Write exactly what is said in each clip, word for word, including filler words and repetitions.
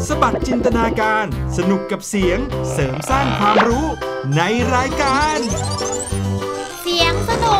สบัดจินตนาการสนุกกับเสียงเสริมสร้างความรู้ในรายการเสียงสนุก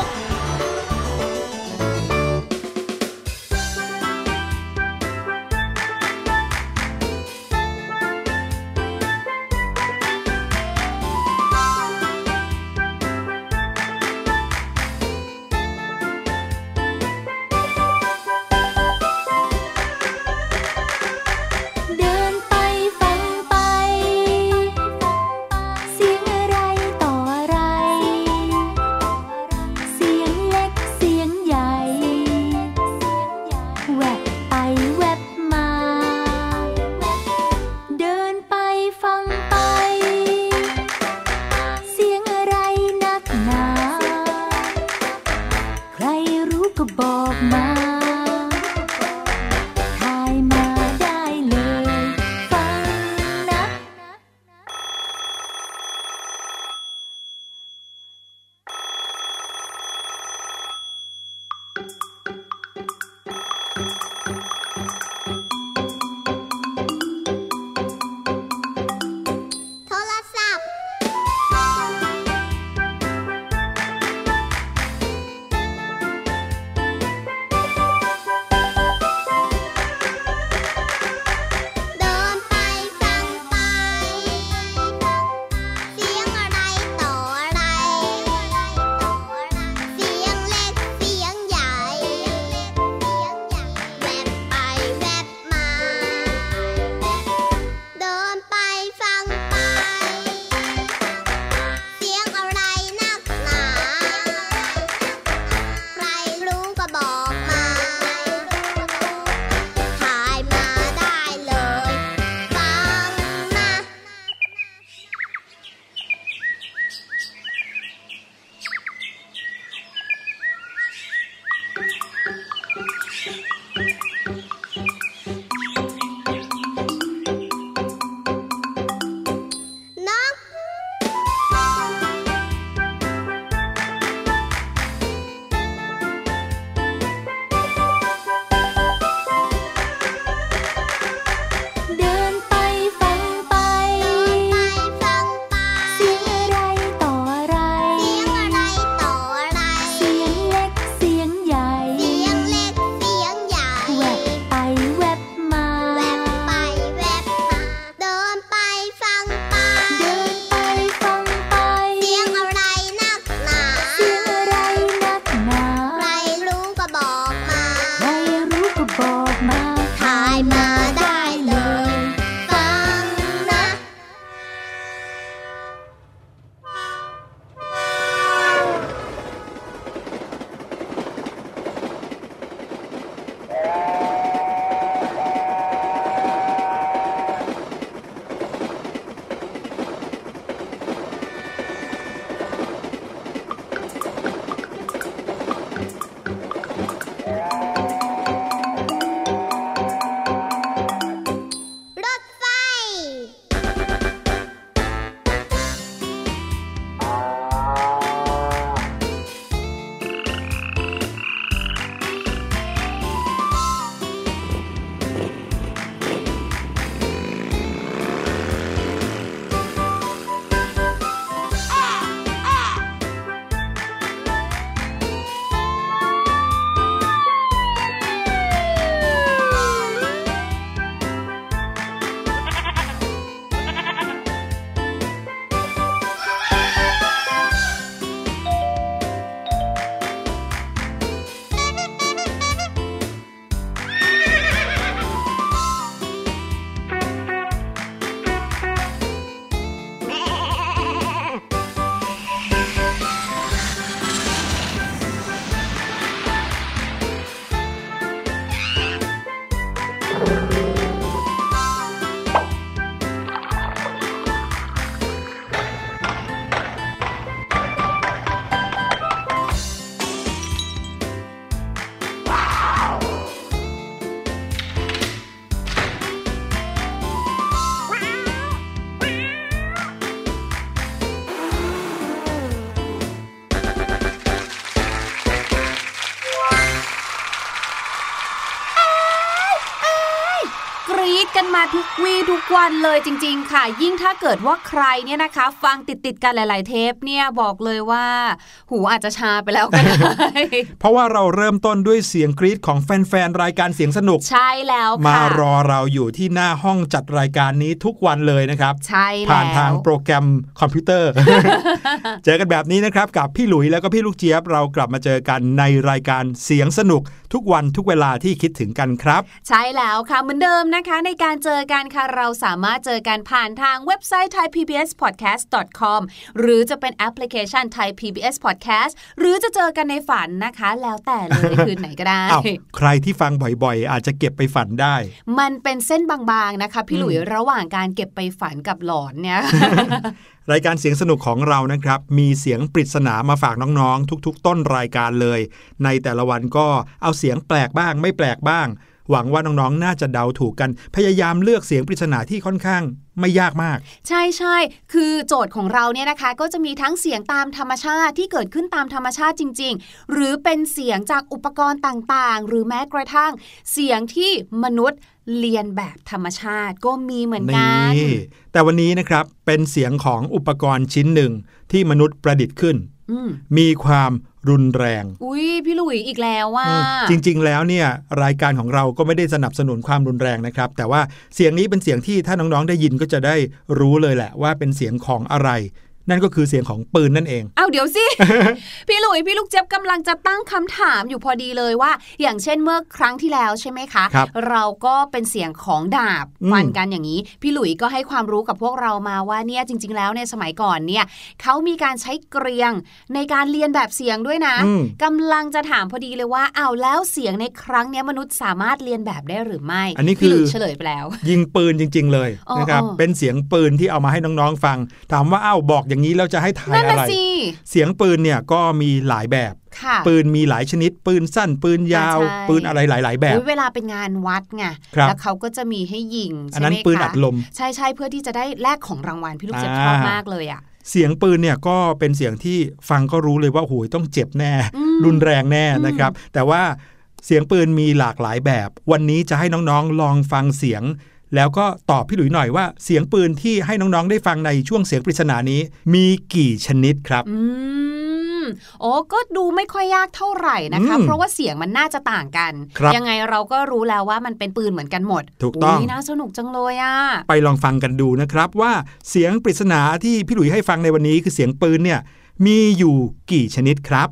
รี๊ดกันมาทุกวี่ทุกวันเลยจริงๆค่ะยิ่งถ้าเกิดว่าใครเนี่ยนะคะฟังติดๆกันหลายๆเทปเนี่ยบอกเลยว่าหูอาจจะชาไปแล้วก็ได้เพราะว่าเราเริ่มต้นด้วยเสียงกรี๊ดของแฟนๆรายการเสียงสนุกใช่แล้วค่ะมารอเราอยู่ที่หน้าห้องจัดรายการนี้ทุกวันเลยนะครับใช่แล้วผ่านทางโปรแกรมคอมพิวเตอร์ เจอกันแบบนี้นะครับกับพี่หลุยแล้วก็พี่ลูกเจี๊ยบเรากลับมาเจอกันในรายการเสียงสนุกทุกวันทุกเวลาที่คิดถึงกันครับใช่แล้วค่ะเหมือนเดิมนะคะในการเจอกันค่ะเราสามารถเจอกันผ่านทางเว็บไซต์ ไทยพีบีเอสพอดแคสต์ ดอท คอม หรือจะเป็นแอปพลิเคชัน Thai พี บี เอส Podcast หรือจะเจอกันในฝันนะคะแล้วแต่เลยคืนไหนก็ได้ใครที่ฟังบ่อยๆอาจจะเก็บไปฝันได้มันเป็นเส้นบางๆนะคะพี่หลุยระหว่างการเก็บไปฝันกับหลอนเนี่ยรายการเสียงสนุกของเรานะครับมีเสียงปริศนามาฝากน้องๆทุกๆต้นรายการเลยในแต่ละวันก็เอาเสียงแปลกบ้างไม่แปลกบ้างหวังว่าน้องๆน่าจะเดาถูกกันพยายามเลือกเสียงปริศนาที่ค่อนข้างไม่ยากมากใช่ๆคือโจทย์ของเราเนี่ยนะคะก็จะมีทั้งเสียงตามธรรมชาติที่เกิดขึ้นตามธรรมชาติจริงๆหรือเป็นเสียงจากอุปกรณ์ต่างๆหรือแม้กระทั่งเสียงที่มนุษย์เรียนแบบธรรมชาติก็มีเหมือนกันแต่วันนี้นะครับเป็นเสียงของอุปกรณ์ชิ้นหนึ่งที่มนุษย์ประดิษฐ์ขึ้นมีความรุนแรงอุ๊ยพี่หลุยอีกแล้วว่าจริงๆแล้วเนี่ยรายการของเราก็ไม่ได้สนับสนุนความรุนแรงนะครับแต่ว่าเสียงนี้เป็นเสียงที่ถ้าน้องๆได้ยินก็จะได้รู้เลยแหละว่าเป็นเสียงของอะไรนั่นก็คือเสียงของปืนนั่นเองอ้าวเดี๋ยวสิ พี่หลุยพี่ลูกเจี๊ยบกำลังจะตั้งคำถามอยู่พอดีเลยว่าอย่างเช่นเมื่อครั้งที่แล้วใช่ไหมคะเราก็เป็นเสียงของดาบฟันกันอย่างนี้พี่หลุยก็ให้ความรู้กับพวกเรามาว่าเนี่ยจริงๆแล้วในสมัยก่อนเนี่ยเขามีการใช้เกรียงในการเรียนแบบเสียงด้วยนะกำลังจะถามพอดีเลยว่าอ้าวแล้วเสียงในครั้งนี้มนุษย์สามารถเรียนแบบได้หรือไม่อันนี้คือเฉลยไปแล้วยิงปืนจริงๆเลยนะครับเป็นเสียงปืนที่เอามาให้น้องๆฟังถามว่าอ้าวบอกอย่างนี้แล้วจะให้ทายอะไรเสียงปืนเนี่ยก็มีหลายแบบปืนมีหลายชนิดปืนสั้นปืนยาวปืนอะไรหลายๆแบบเวลาเป็นงานวัดไงแล้วเขาก็จะมีให้ยิงใช่ไหมคะอันนั้นปืนอัดลมใช่ๆเพื่อที่จะได้แลกของรางวัลพี่ลูกเจี๊ยบชอบมากเลยอ่ะเสียงปืนเนี่ยก็เป็นเสียงที่ฟังก็รู้เลยว่าโอ้โหต้องเจ็บแน่รุนแรงแน่นะครับแต่ว่าเสียงปืนมีหลากหลายแบบวันนี้จะให้น้องๆลองฟังเสียงแล้วก็ตอบพี่หลุยหน่อยว่าเสียงปืนที่ให้น้องๆได้ฟังในช่วงเสียงปริศนานี้มีกี่ชนิดครับอืมโอ้ก็ดูไม่ค่อยยากเท่าไหร่นะคะเพราะว่าเสียงมันน่าจะต่างกันยังไงเราก็รู้แล้วว่ามันเป็นปืนเหมือนกันหมดถูกต้องน่าสนุกจังเลยอ่ะไปลองฟังกันดูนะครับว่าเสียงปริศนาที่พี่หลุยให้ฟังในวันนี้คือเสียงปืนเนี่ยมีอยู่กี่ชนิดครับ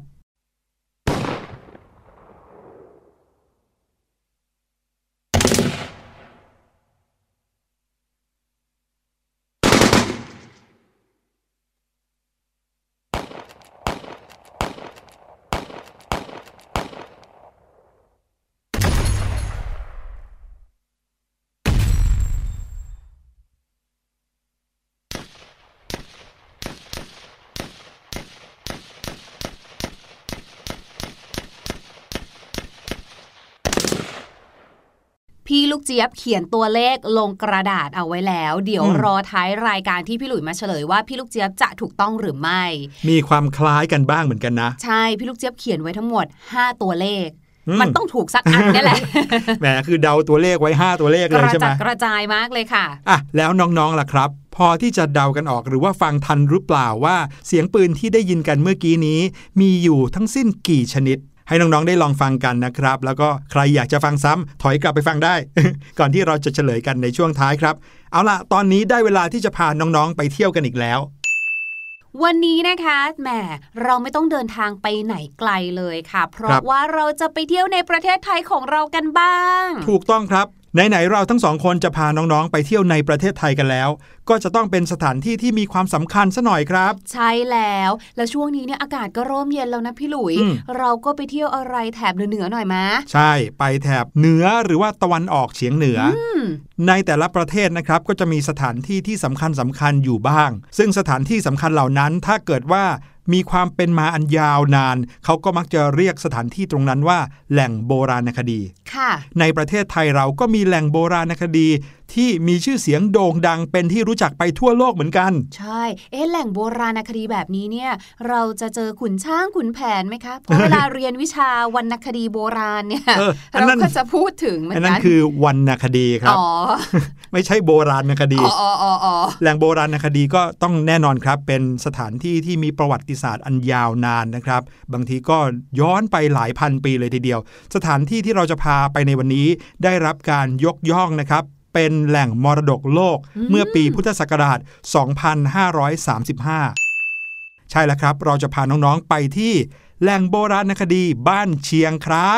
พี่ลูกเจี๊ยบเขียนตัวเลขลงกระดาษเอาไว้แล้วเดี๋ยวรอท้ายรายการที่พี่หลุยมาเฉลยว่าพี่ลูกเจี๊ยบจะถูกต้องหรือไม่มีความคล้ายกันบ้างเหมือนกันนะใช่พี่ลูกเจี๊ยบเขียนไว้ทั้งหมดห้าตัวเลขมันต้องถูกสักอันนี่แหละแหมคือเดาตัวเลขไว้ห้าตัวเลขเลยใช่ไหมกระจัดกระจายมากเลยค่ะอ่ะแล้วน้องๆล่ะครับพอที่จะเดากันออกหรือว่าฟังทันหรือเปล่าว่าเสียงปืนที่ได้ยินกันเมื่อกี้นี้มีอยู่ทั้งสิ้นกี่ชนิดให้น้องๆได้ลองฟังกันนะครับแล้วก็ใครอยากจะฟังซ้ำถอยกลับไปฟังได้ ก่อนที่เราจะเฉลยกันในช่วงท้ายครับเอาล่ะตอนนี้ได้เวลาที่จะพาน้องๆไปเที่ยวกันอีกแล้ววันนี้นะคะแหมเราไม่ต้องเดินทางไปไหนไกลเลยค่ะเพราะว่าเราจะไปเที่ยวในประเทศไทยของเรากันบ้างถูกต้องครับไหนๆเราทั้งสองคนจะพาน้องๆไปเที่ยวในประเทศไทยกันแล้วก็จะต้องเป็นสถานที่ที่มีความสำคัญซะหน่อยครับใช่แล้วแล้วช่วงนี้เนี่ยอากาศก็เริ่มเย็นแล้วนะพี่หลุยเราก็ไปเที่ยวอะไรแถบเหนือๆหน่อยมั้ยใช่ไปแถบเหนือหรือว่าตะวันออกเฉียงเหนือในแต่ละประเทศนะครับก็จะมีสถานที่ที่สำคัญสำคัญอยู่บ้างซึ่งสถานที่สำคัญเหล่านั้นถ้าเกิดว่ามีความเป็นมาอันยาวนานเขาก็มักจะเรียกสถานที่ตรงนั้นว่าแหล่งโบราณคดีค่ะในประเทศไทยเราก็มีแหล่งโบราณคดีที่มีชื่อเสียงโด่งดังเป็นที่รู้จักไปทั่วโลกเหมือนกันใช่เอ๊ะแหล่งโบราณคดีแบบนี้เนี่ยเราจะเจอขุนช้างขุนแผนไหมคะเพราะเวลาเรียนวิชาวรรณคดีโบราณเนี่ยเราก็จะพูดถึงเหมือนกันนั่นคือวรรณคดีครับไม่ใช่โบราณคดีแหล่งโบราณคดีก็ต้องแน่นอนครับเป็นสถานที่ที่มีประวัติศาสตร์อันยาวนานนะครับบางทีก็ย้อนไปหลายพันปีเลยทีเดียวสถานที่ที่เราจะพาไปในวันนี้ได้รับการยกย่องนะครับเป็นแหล่งมรดกโลกเมื่อปีพุทธศักราชสองพันห้าร้อยสามสิบห้าใช่แล้วครับเราจะพาน้องๆไปที่แหล่งโบราณคดีบ้านเชียงครับ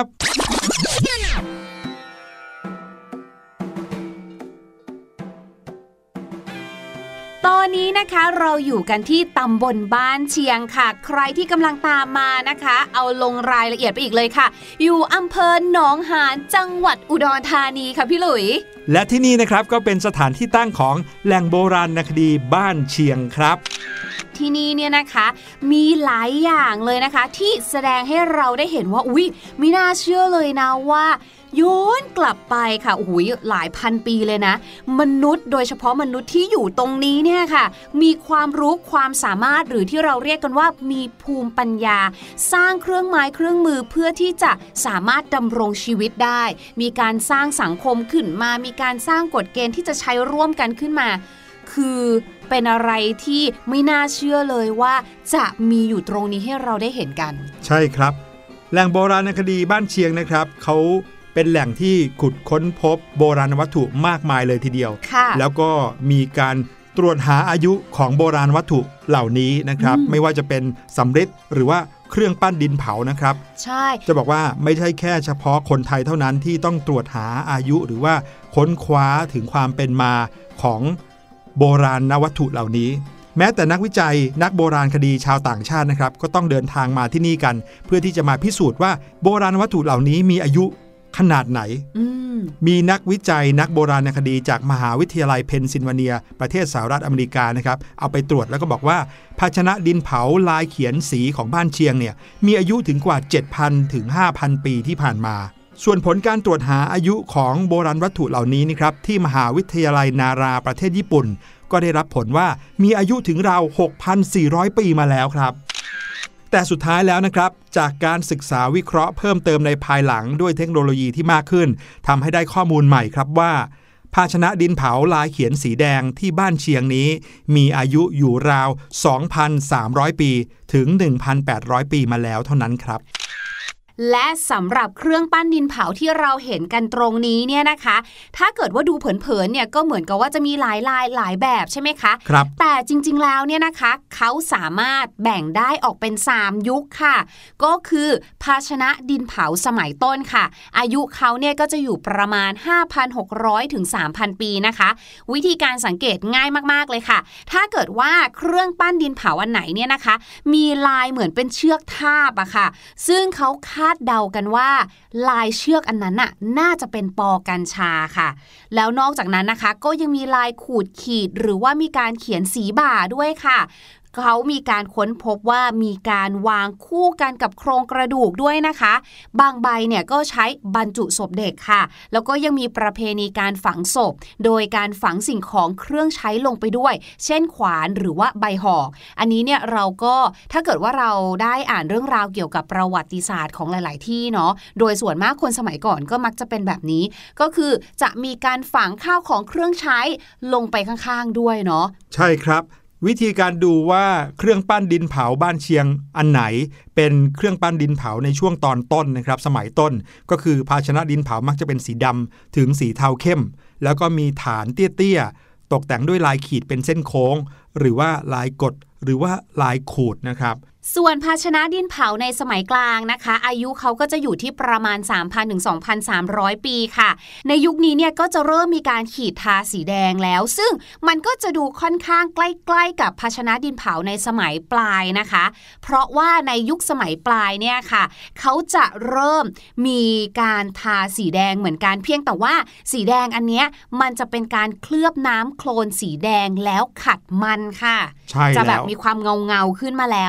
ตอนนี้นะคะเราอยู่กันที่ตำบลบ้านเชียงค่ะใครที่กำลังตามมานะคะเอาลงรายละเอียดไปอีกเลยค่ะอยู่อำเภอหนองหานจังหวัดอุดรธานีค่ะพี่หลุยและที่นี่นะครับก็เป็นสถานที่ตั้งของแหล่งโบราณคดีบ้านเชียงครับที่นี่เนี่ยนะคะมีหลายอย่างเลยนะคะที่แสดงให้เราได้เห็นว่าอุ๊ยไม่น่าเชื่อเลยนะว่าย้อนกลับไปค่ะโอ้โหหลายพันปีเลยนะมนุษย์โดยเฉพาะมนุษย์ที่อยู่ตรงนี้เนี่ยค่ะมีความรู้ความสามารถหรือที่เราเรียกกันว่ามีภูมิปัญญาสร้างเครื่องไม้เครื่องมือเพื่อที่จะสามารถดำรงชีวิตได้มีการสร้างสังคมขึ้นมามีการสร้างกฎเกณฑ์ที่จะใช้ร่วมกันขึ้นมาคือเป็นอะไรที่ไม่น่าเชื่อเลยว่าจะมีอยู่ตรงนี้ให้เราได้เห็นกันใช่ครับแหล่งโบราณคดีบ้านเชียงนะครับเขาเป็นแหล่งที่ขุดค้นพบโบราณวัตถุมากมายเลยทีเดียวแล้วก็มีการตรวจหาอายุของโบราณวัตถุเหล่านี้นะครับไม่ว่าจะเป็นสำริดหรือว่าเครื่องปั้นดินเผานะครับใช่จะบอกว่าไม่ใช่แค่เฉพาะคนไทยเท่านั้นที่ต้องตรวจหาอายุหรือว่าค้นคว้าถึงความเป็นมาของโบราณวัตถุเหล่านี้แม้แต่นักวิจัยนักโบราณคดีชาวต่างชาตินะครับก็ต้องเดินทางมาที่นี่กันเพื่อที่จะมาพิสูจน์ว่าโบราณวัตถุเหล่านี้มีอายุขนาดไหนมมีนักวิจัยนักโบราณคดีจากมหาวิทยาลัยเพนซิลเวเนียประเทศสหรัฐอเมริกานะครับเอาไปตรวจแล้วก็บอกว่าภาชนะดินเผาลายเขียนสีของบ้านเชียงเนี่ยมีอายุถึงกว่า เจ็ดพัน ถึง ห้าพัน ปีที่ผ่านมาส่วนผลการตรวจหาอายุของโบราณวัตถุเหล่านี้นะครับที่มหาวิทยาลัยนาราประเทศญี่ปุ่นก็ได้รับผลว่ามีอายุถึงราว หกพันสี่ร้อย ปีมาแล้วครับแต่สุดท้ายแล้วนะครับจากการศึกษาวิเคราะห์เพิ่มเติมในภายหลังด้วยเทคโนโลยีที่มากขึ้นทำให้ได้ข้อมูลใหม่ครับว่าภาชนะดินเผาลายเขียนสีแดงที่บ้านเชียงนี้มีอายุอยู่ราว สองพันสามร้อย ปีถึง หนึ่งพันแปดร้อย ปีมาแล้วเท่านั้นครับและสำหรับเครื่องปั้นดินเผาที่เราเห็นกันตรงนี้เนี่ยนะคะถ้าเกิดว่าดูเผินๆเนี่ยก็เหมือนกับว่าจะมีหลายลายหลายแบบใช่ไหมคะครับแต่จริงๆแล้วเนี่ยนะคะเขาสามารถแบ่งได้ออกเป็นสามยุคค่ะก็คือภาชนะดินเผาสมัยต้นค่ะอายุเขาเนี่ยก็จะอยู่ประมาณ ห้าพันหกร้อย ถึง สามพัน ปีนะคะวิธีการสังเกตง่ายมากๆเลยค่ะถ้าเกิดว่าเครื่องปั้นดินเผาอันไหนเนี่ยนะคะมีลายเหมือนเป็นเชือกทาบอะค่ะซึ่งเขาคาดเดากันว่าลายเชือกอันนั้นน่ะน่าจะเป็นปอกัญชาค่ะแล้วนอกจากนั้นนะคะก็ยังมีลายขูดขีดหรือว่ามีการเขียนสีบ่าด้วยค่ะเขามีการค้นพบว่ามีการวางคู่กันกับโครงกระดูกด้วยนะคะบางใบเนี่ยก็ใช้บรรจุศพเด็กค่ะแล้วก็ยังมีประเพณีการฝังศพโดยการฝังสิ่งของเครื่องใช้ลงไปด้วยเช่นขวานหรือว่าใบหอกอันนี้เนี่ยเราก็ถ้าเกิดว่าเราได้อ่านเรื่องราวเกี่ยวกับประวัติศาสตร์ของหลายๆที่เนาะโดยส่วนมากคนสมัยก่อนก็มักจะเป็นแบบนี้ก็คือจะมีการฝังข้าวของเครื่องใช้ลงไปข้างๆด้วยเนาะใช่ครับวิธีการดูว่าเครื่องปั้นดินเผาบ้านเชียงอันไหนเป็นเครื่องปั้นดินเผาในช่วงตอนต้นนะครับสมัยต้นก็คือภาชนะดินเผามักจะเป็นสีดำถึงสีเทาเข้มแล้วก็มีฐานเตี้ยๆตกแต่งด้วยลายขีดเป็นเส้นโค้งหรือว่าลายกดหรือว่าลายขูดนะครับส่วนภาชนะดินเผาในสมัยกลางนะคะอายุเขาก็จะอยู่ที่ประมาณ สามพัน ถึง สองพันสามร้อย ปีค่ะในยุคนี้เนี่ยก็จะเริ่มมีการขีดทาสีแดงแล้วซึ่งมันก็จะดูค่อนข้างใกล้ๆกับภาชนะดินเผาในสมัยปลายนะคะเพราะว่าในยุคสมัยปลายเนี่ยค่ะเขาจะเริ่มมีการทาสีแดงเหมือนกันเพียงแต่ว่าสีแดงอันเนี้ยมันจะเป็นการเคลือบน้ำโคลนสีแดงแล้วขัดมันค่ะใช่แล้วจะแบบมีความเงาๆขึ้นมาแล้วนะคะ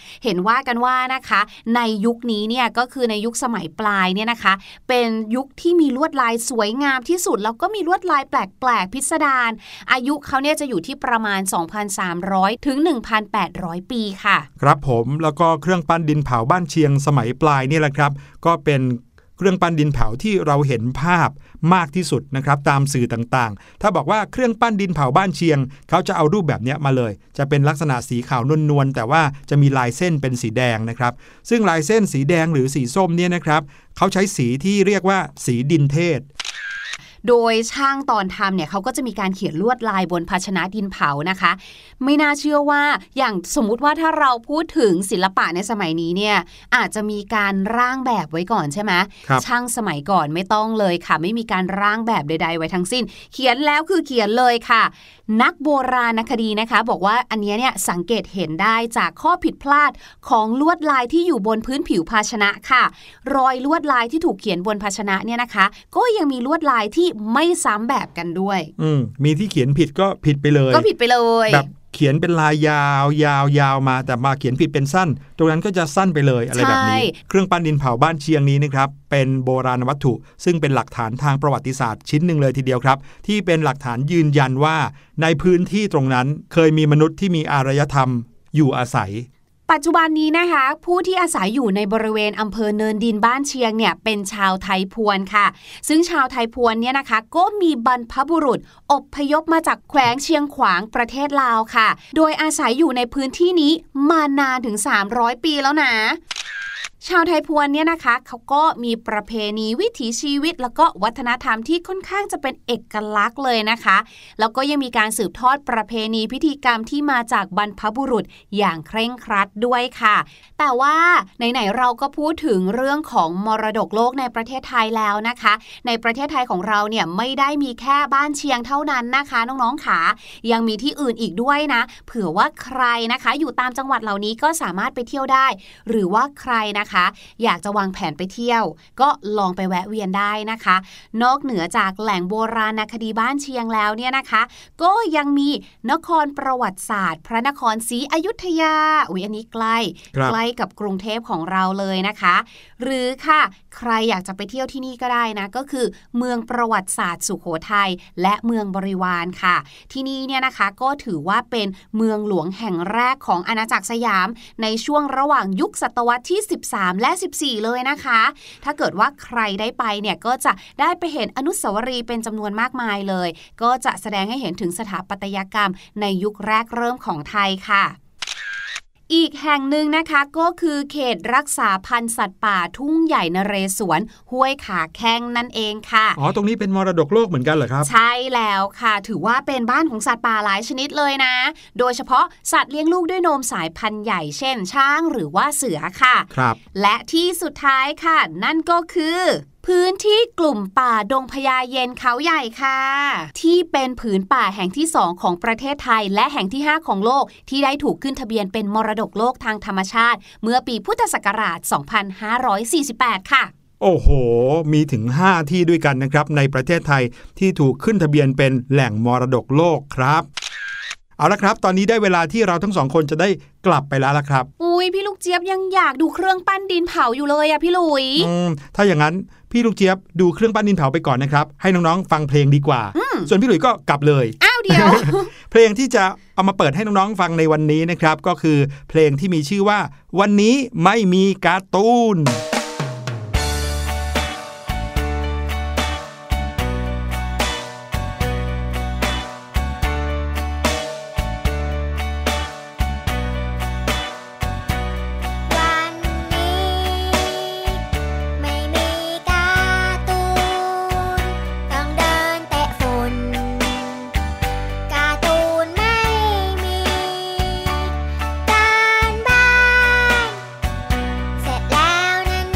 เห็นว่ากันว่านะคะในยุคนี้เนี่ยก็คือในยุคสมัยปลายเนี่ยนะคะเป็นยุคที่มีลวดลายสวยงามที่สุดแล้วก็มีลวดลายแปลกๆพิสดารอายุเขาเนี่ยจะอยู่ที่ประมาณ สองพันสามร้อย ถึง หนึ่งพันแปดร้อย ปีค่ะครับผมแล้วก็เครื่องปั้นดินเผาบ้านเชียงสมัยปลายนี่แหละครับก็เป็นเครื่องปั้นดินเผาที่เราเห็นภาพมากที่สุดนะครับตามสื่อต่างๆถ้าบอกว่าเครื่องปั้นดินเผาบ้านเชียงเขาจะเอารูปแบบนี้มาเลยจะเป็นลักษณะสีขาวนวลๆแต่ว่าจะมีลายเส้นเป็นสีแดงนะครับซึ่งลายเส้นสีแดงหรือสีส้มเนี่ยนะครับเขาใช้สีที่เรียกว่าสีดินเทศโดยช่างตอนทำเนี่ยเขาก็จะมีการเขียนลวดลายบนภาชนะดินเผานะคะไม่น่าเชื่อว่าอย่างสมมุติว่าถ้าเราพูดถึงศิลปะในสมัยนี้เนี่ยอาจจะมีการร่างแบบไว้ก่อนใช่ไหมช่างสมัยก่อนไม่ต้องเลยค่ะไม่มีการร่างแบบใดๆไว้ทั้งสิ้นเขียนแล้วคือเขียนเลยค่ะนักโบราณคดีนะคะบอกว่าอันนี้เนี่ยสังเกตเห็นได้จากข้อผิดพลาดของลวดลายที่อยู่บนพื้นผิวภาชนะค่ะรอยลวดลายที่ถูกเขียนบนภาชนะเนี่ยนะคะก็ยังมีลวดลายที่ไม่ซ้ำแบบกันด้วยอืมมีที่เขียนผิดก็ผิดไปเลยก็ผิดไปเลยแบบเขียนเป็นลายยาวยาวยาวมาแต่มาเขียนผิดเป็นสั้นตรงนั้นก็จะสั้นไปเลยอะไรแบบนี้เครื่องปั้นดินเผาบ้านเชียงนี้นะครับเป็นโบราณวัตถุซึ่งเป็นหลักฐานทางประวัติศาสตร์ชิ้นหนึ่งเลยทีเดียวครับที่เป็นหลักฐานยืนยันว่าในพื้นที่ตรงนั้นเคยมีมนุษย์ที่มีอารยธรรมอยู่อาศัยปัจจุบันนี้นะคะผู้ที่อาศัยอยู่ในบริเวณอำเภอเนินดินบ้านเชียงเนี่ยเป็นชาวไทยพวนค่ะซึ่งชาวไทยพวนเนี่ยนะคะก็มีบรรพบุรุษอพยพมาจากแขวงเชียงขวางประเทศลาวค่ะโดยอาศัยอยู่ในพื้นที่นี้มานานถึงสามร้อยปีแล้วนะชาวไทยพวนเนี่ยนะคะเขาก็มีประเพณีวิถีชีวิตแล้วก็วัฒนธรรมที่ค่อนข้างจะเป็นเอกลักษณ์เลยนะคะแล้วก็ยังมีการสืบทอดประเพณีพิธีกรรมที่มาจากบรรพบุรุษอย่างเคร่งครัดด้วยค่ะแต่ว่าไหนๆเราก็พูดถึงเรื่องของมรดกโลกในประเทศไทยแล้วนะคะในประเทศไทยของเราเนี่ยไม่ได้มีแค่บ้านเชียงเท่านั้นนะคะน้องๆค่ะยังมีที่อื่นอีกด้วยนะเผื่อว่าใครนะคะอยู่ตามจังหวัดเหล่านี้ก็สามารถไปเที่ยวได้หรือว่าใครนะคะอยากจะวางแผนไปเที่ยวก็ลองไปแวะเวียนได้นะคะนอกเหนือจากแหล่งโบราณคดีบ้านเชียงแล้วเนี่ยนะคะก็ยังมีนครประวัติศาสตร์พระนครศรีอยุธยาอุ๊ยอันนี้ใกล้ใกล้กับกรุงเทพของเราเลยนะคะหรือค่ะใครอยากจะไปเที่ยวที่นี่ก็ได้นะก็คือเมืองประวัติศาสตร์สุโขทัยและเมืองบริวารค่ะที่นี่เนี่ยนะคะก็ถือว่าเป็นเมืองหลวงแห่งแรกของอาณาจักรสยามในช่วงระหว่างยุคศตวรรษที่สิบสามและสิบสี่เลยนะคะถ้าเกิดว่าใครได้ไปเนี่ยก็จะได้ไปเห็นอนุสาวรีย์เป็นจำนวนมากมายเลยก็จะแสดงให้เห็นถึงสถาปัตยกรรมในยุคแรกเริ่มของไทยค่ะอีกแห่งหนึ่งนะคะก็คือเขตรักษาพันธุ์สัตว์ป่าทุ่งใหญ่นเรศวรห้วยขาแข้งนั่นเองค่ะอ๋อตรงนี้เป็นมรดกโลกเหมือนกันเหรอครับใช่แล้วค่ะถือว่าเป็นบ้านของสัตว์ป่าหลายชนิดเลยนะโดยเฉพาะสัตว์เลี้ยงลูกด้วยนมสายพันธุ์ใหญ่เช่นช้างหรือว่าเสือค่ะครับและที่สุดท้ายค่ะนั่นก็คือพื้นที่กลุ่มป่าดงพญาเย็นเขาใหญ่ค่ะที่เป็นผืนป่าแห่งที่สองของประเทศไทยและแห่งที่ห้าของโลกที่ได้ถูกขึ้นทะเบียนเป็นมรดกโลกทางธรรมชาติเมื่อปีพุทธศักราชสองพันห้าร้อยสี่สิบแปดค่ะโอ้โหมีถึงห้าที่ด้วยกันนะครับในประเทศไทยที่ถูกขึ้นทะเบียนเป็นแหล่งมรดกโลกครับเอาละครับตอนนี้ได้เวลาที่เราทั้งสองคนจะได้กลับไปแล้วละครับอุ้ยพี่ลูกเจี๊ยบยังอยากดูเครื่องปั้นดินเผาอยู่เลยอะพี่ลุยอืมถ้าอย่างนั้นพี่ลูกเจี๊ยบดูเครื่องปั้นดินเผาไปก่อนนะครับให้น้องๆฟังเพลงดีกว่าส่วนพี่ลุยก็กลับเลยอ้าวเดี๋ยวเพลงที่จะเอามาเปิดให้น้องๆฟังในวันนี้นะครับก็คือเพลงที่มีชื่อว่าวันนี้ไม่มีการ์ตูนเสร็จแล้วนั้น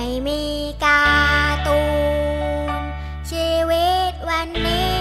มีการ์ตูนชีวิตวันนี้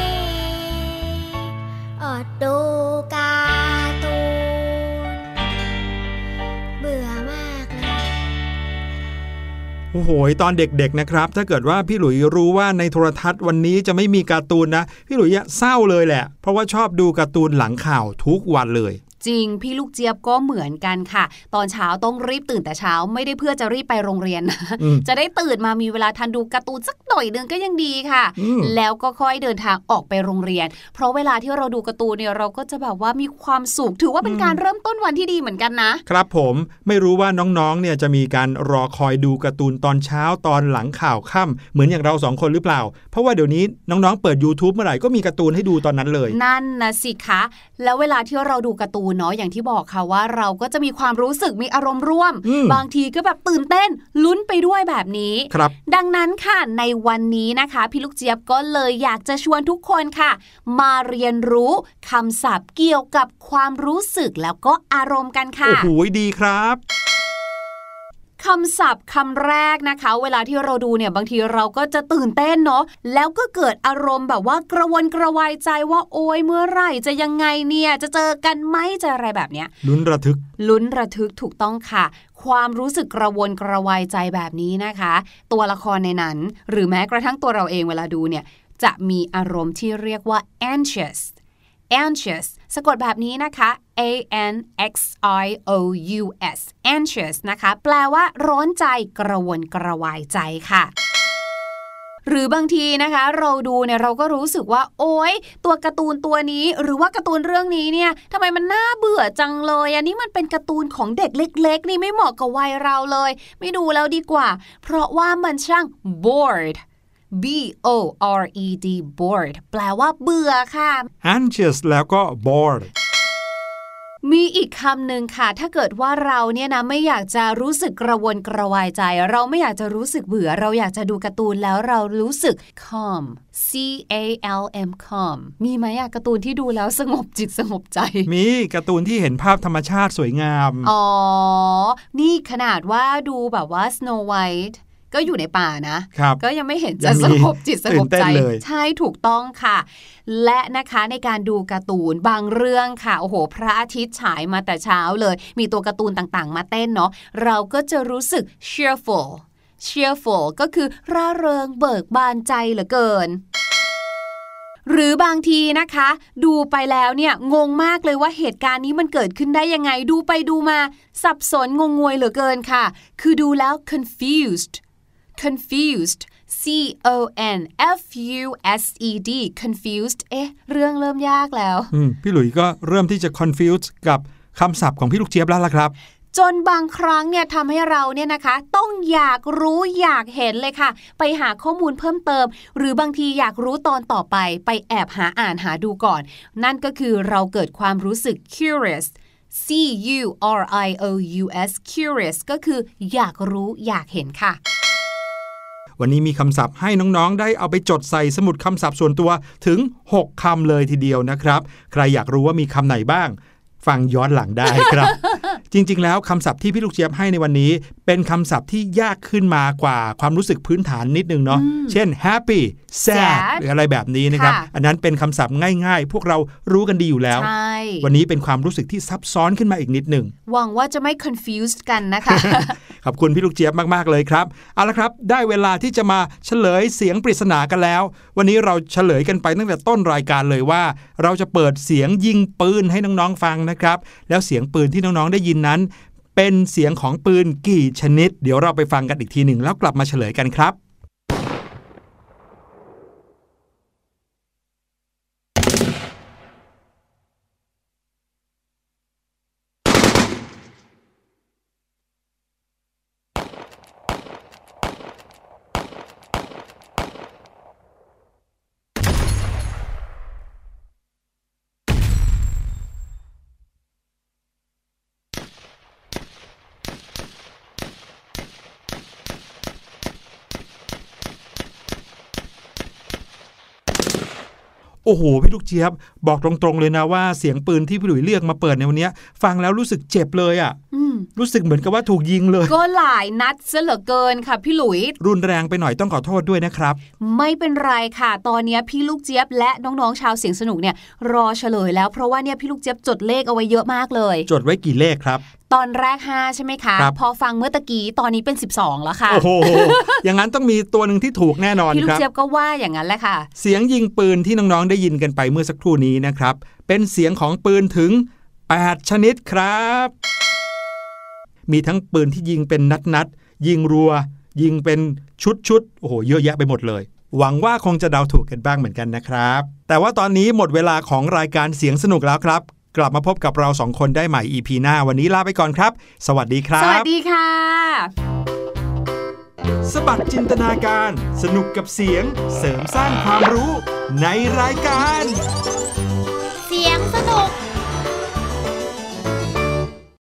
อดดูการ์ตูนเบื่อมากเลยโอ้โหตอนเด็กๆนะครับถ้าเกิดว่าพี่หลุยรู้ว่าในโทรทัศน์วันนี้จะไม่มีการ์ตูนนะพี่หลุยเศร้าเลยแหละเพราะว่าชอบดูการ์ตูนหลังข่าวทุกวันเลยจริงพี่ลูกเจี๊ยบก็เหมือนกันค่ะตอนเช้าต้องรีบตื่นแต่เช้าไม่ได้เพื่อจะรีบไปโรงเรียนนะจะได้ตื่นมามีเวลาทันดูการ์ตูนสักหน่อยนึงก็ยังดีค่ะแล้วก็ค่อยเดินทางออกไปโรงเรียนเพราะเวลาที่เราดูการ์ตูนเนี่ยเราก็จะแบบว่ามีความสุขถือว่าเป็นการเริ่มต้นวันที่ดีเหมือนกันนะครับผมไม่รู้ว่าน้องๆเนี่ยจะมีการรอคอยดูการ์ตูนตอนเช้าตอนหลังข่าวค่ำเหมือนอย่างเราสองคนหรือเปล่าเพราะว่าเดี๋ยวนี้น้องๆเปิด YouTube เมื่อไหร่ก็มีการ์ตูนให้ดูตอนนั้นเลยนั่นนะสิคะแล้วเวลาที่เราดูการ์ตูนเนาะอย่างที่บอกค่ะว่าเราก็จะมีความรู้สึกมีอารมณ์ร่วมบางทีก็แบบตื่นเต้นลุ้นไปด้วยแบบนี้ดังนั้นค่ะในวันนี้นะคะพี่ลูกเจี๊ยบก็เลยอยากจะชวนทุกคนค่ะมาเรียนรู้คำศัพท์เกี่ยวกับความรู้สึกแล้วก็อารมณ์กันค่ะโอ้โหดีครับคำศัพท์คำแรกนะคะเวลาที่เราดูเนี่ยบางทีเราก็จะตื่นเต้นเนาะแล้วก็เกิดอารมณ์แบบว่ากระวนกระวายใจว่าโอ๊ยเมื่อไหร่จะยังไงเนี่ยจะเจอกันไหมจะอะไรแบบเนี้ยลุ้นระทึกลุ้นระทึกถูกต้องค่ะความรู้สึกกระวนกระวายใจแบบนี้นะคะตัวละครในนั้นหรือแม้กระทั่งตัวเราเองเวลาดูเนี่ยจะมีอารมณ์ที่เรียกว่า anxious anxious สะกดแบบนี้นะคะ a n x i o u s anxious นะคะแปลว่าร้อนใจกระวนกระวายใจค่ะหรือบางทีนะคะเราดูเนี่ยเราก็รู้สึกว่าโอ๊ยตัวการ์ตูนตัวนี้หรือว่าการ์ตูนเรื่องนี้เนี่ยทำไมมันน่าเบื่อจังเลยอันนี้มันเป็นการ์ตูนของเด็กเล็กๆนี่ไม่เหมาะกับวัยเราเลยไม่ดูแล้วดีกว่าเพราะว่ามันช่าง bored B O R E D bored แปลว่าเบื่อค่ะ anxious แล้วก็ bored มีอีกคำหนึ่งค่ะถ้าเกิดว่าเราเนี่ยนะไม่อยากจะรู้สึกกระวนกระวายใจเราไม่อยากจะรู้สึกเบื่อเราอยากจะดูการ์ตูนแล้วเรารู้สึก calm C A L M calm มีไหมอะการ์ตูนที่ดูแล้วสงบจิตสงบใจมีการ์ตูนที่เห็นภาพธรรมชาติสวยงามอ๋อนี่ขนาดว่าดูแบบว่า Snow Whiteก็อยู่ในป่านะก็ยังไม่เห็นจะสงบจิตสงบใจใช่ถูกต้องค่ะและนะคะในการดูการ์ตูนบางเรื่องค่ะโอ้โหพระอาทิตย์ฉายมาแต่เช้าเลยมีตัวการ์ตูนต่างๆมาเต้นเนาะเราก็จะรู้สึก cheerful cheerful ก็คือร่าเริงเบิกบานใจเหลือเกินหรือบางทีนะคะดูไปแล้วเนี่ยงงมากเลยว่าเหตุการณ์นี้มันเกิดขึ้นได้ยังไงดูไปดูมาสับสนงงงวยเหลือเกินค่ะคือดูแล้ว confused confused C O N F U S E D confused เอ๊ะเรื่องเริ่มยากแล้วพี่หลุยส์ก็เริ่มที่จะ confused กับคำศัพท์ของพี่ลูกเจี๊ยบแล้วล่ะครับจนบางครั้งเนี่ยทำให้เราเนี่ยนะคะต้องอยากรู้อยากเห็นเลยค่ะไปหาข้อมูลเพิ่มเติมหรือบางทีอยากรู้ตอนต่อไปไปแอบหาอ่านหาดูก่อนนั่นก็คือเราเกิดความรู้สึก curious C U R I O U S curious ก็คืออยากรู้อยากเห็นค่ะวันนี้มีคำศัพท์ให้น้องๆได้เอาไปจดใส่สมุดคำศัพท์ส่วนตัวถึงหกคำเลยทีเดียวนะครับใครอยากรู้ว่ามีคำไหนบ้างฟังย้อนหลังได้ครับ จริงๆแล้วคำศัพท์ที่พี่ลูกเจี๊ยบให้ในวันนี้เป็นคำศัพท์ที่ยากขึ้นมากว่าความรู้สึกพื้นฐานนิดนึงเนาะเช่น happy sad หรืออะไรแบบนี้นะครับอันนั้นเป็นคำศัพท์ง่ายๆพวกเรารู้กันดีอยู่แล้ววันนี้เป็นความรู้สึกที่ซับซ้อนขึ้นมาอีกนิดนึงหวังว่าจะไม่ confused กันนะคะขอบคุณพี่ลูกเจี๊ยบมากๆเลยครับเอาละครับได้เวลาที่จะมาเฉลยเสียงปริศนากันแล้ววันนี้เราเฉลยกันไปตั้งแต่ต้นรายการเลยว่าเราจะเปิดเสียงยิงปืนให้น้องๆฟังนะครับแล้วเสียงปืนที่น้องๆได้ยินนั้นเป็นเสียงของปืนกี่ชนิดเดี๋ยวเราไปฟังกันอีกทีหนึ่งแล้วกลับมาเฉลยกันครับ โอ้โหพี่ลูกเจี๊ยบบอกตรงๆเลยนะว่าเสียงปืนที่พี่หลุยเลือกมาเปิดในวันนี้ฟังแล้วรู้สึกเจ็บเลยอ่ะรู้สึกเหมือนกับว่าถูกยิงเลยก็หลายนัดซะเหลือเกินค่ะพี่หลุยรุนแรงไปหน่อยต้องขอโทษด้วยนะครับไม่เป็นไรค่ะตอนนี้พี่ลูกเจี๊ยบและน้องๆชาวเสียงสนุกเนี่ยรอเฉลยแล้วเพราะว่าเนี่ยพี่ลูกเจี๊ยบจดเลขเอาไว้เยอะมากเลยจดไว้กี่เลขครับตอนแรกห้าใช่ไหมคะพอฟังเมื่อตะกี้ตอนนี้เป็นสิบสองแล้วค่ะโอ้โห อย่างนั้นต้องมีตัวหนึ่งที่ถูกแน่นอนครับพี่ลูกเจี๊ยบก็ว่าอย่างนั้นแหละค่ะเสียงยิงปืนที่น้องๆได้ยินกันไปเมื่อสักครู่นี้นะครับเป็นเสียงของปืนถึงแปดชนิดครับมีทั้งปืนที่ยิงเป็นนัดๆยิงรัวยิงเป็นชุดๆโอ้โหเยอะแยะไปหมดเลยหวังว่าคงจะเดาถูกกันบ้างเหมือนกันนะครับแต่ว่าตอนนี้หมดเวลาของรายการเสียงสนุกแล้วครับกลับมาพบกับเราสองคนได้ใหม่ อี พี หน้าวันนี้ลาไปก่อนครับสวัสดีครับสวัสดีค่ะสบัดจินตนาการสนุกกับเสียงเสริมสร้างความรู้ในรายการ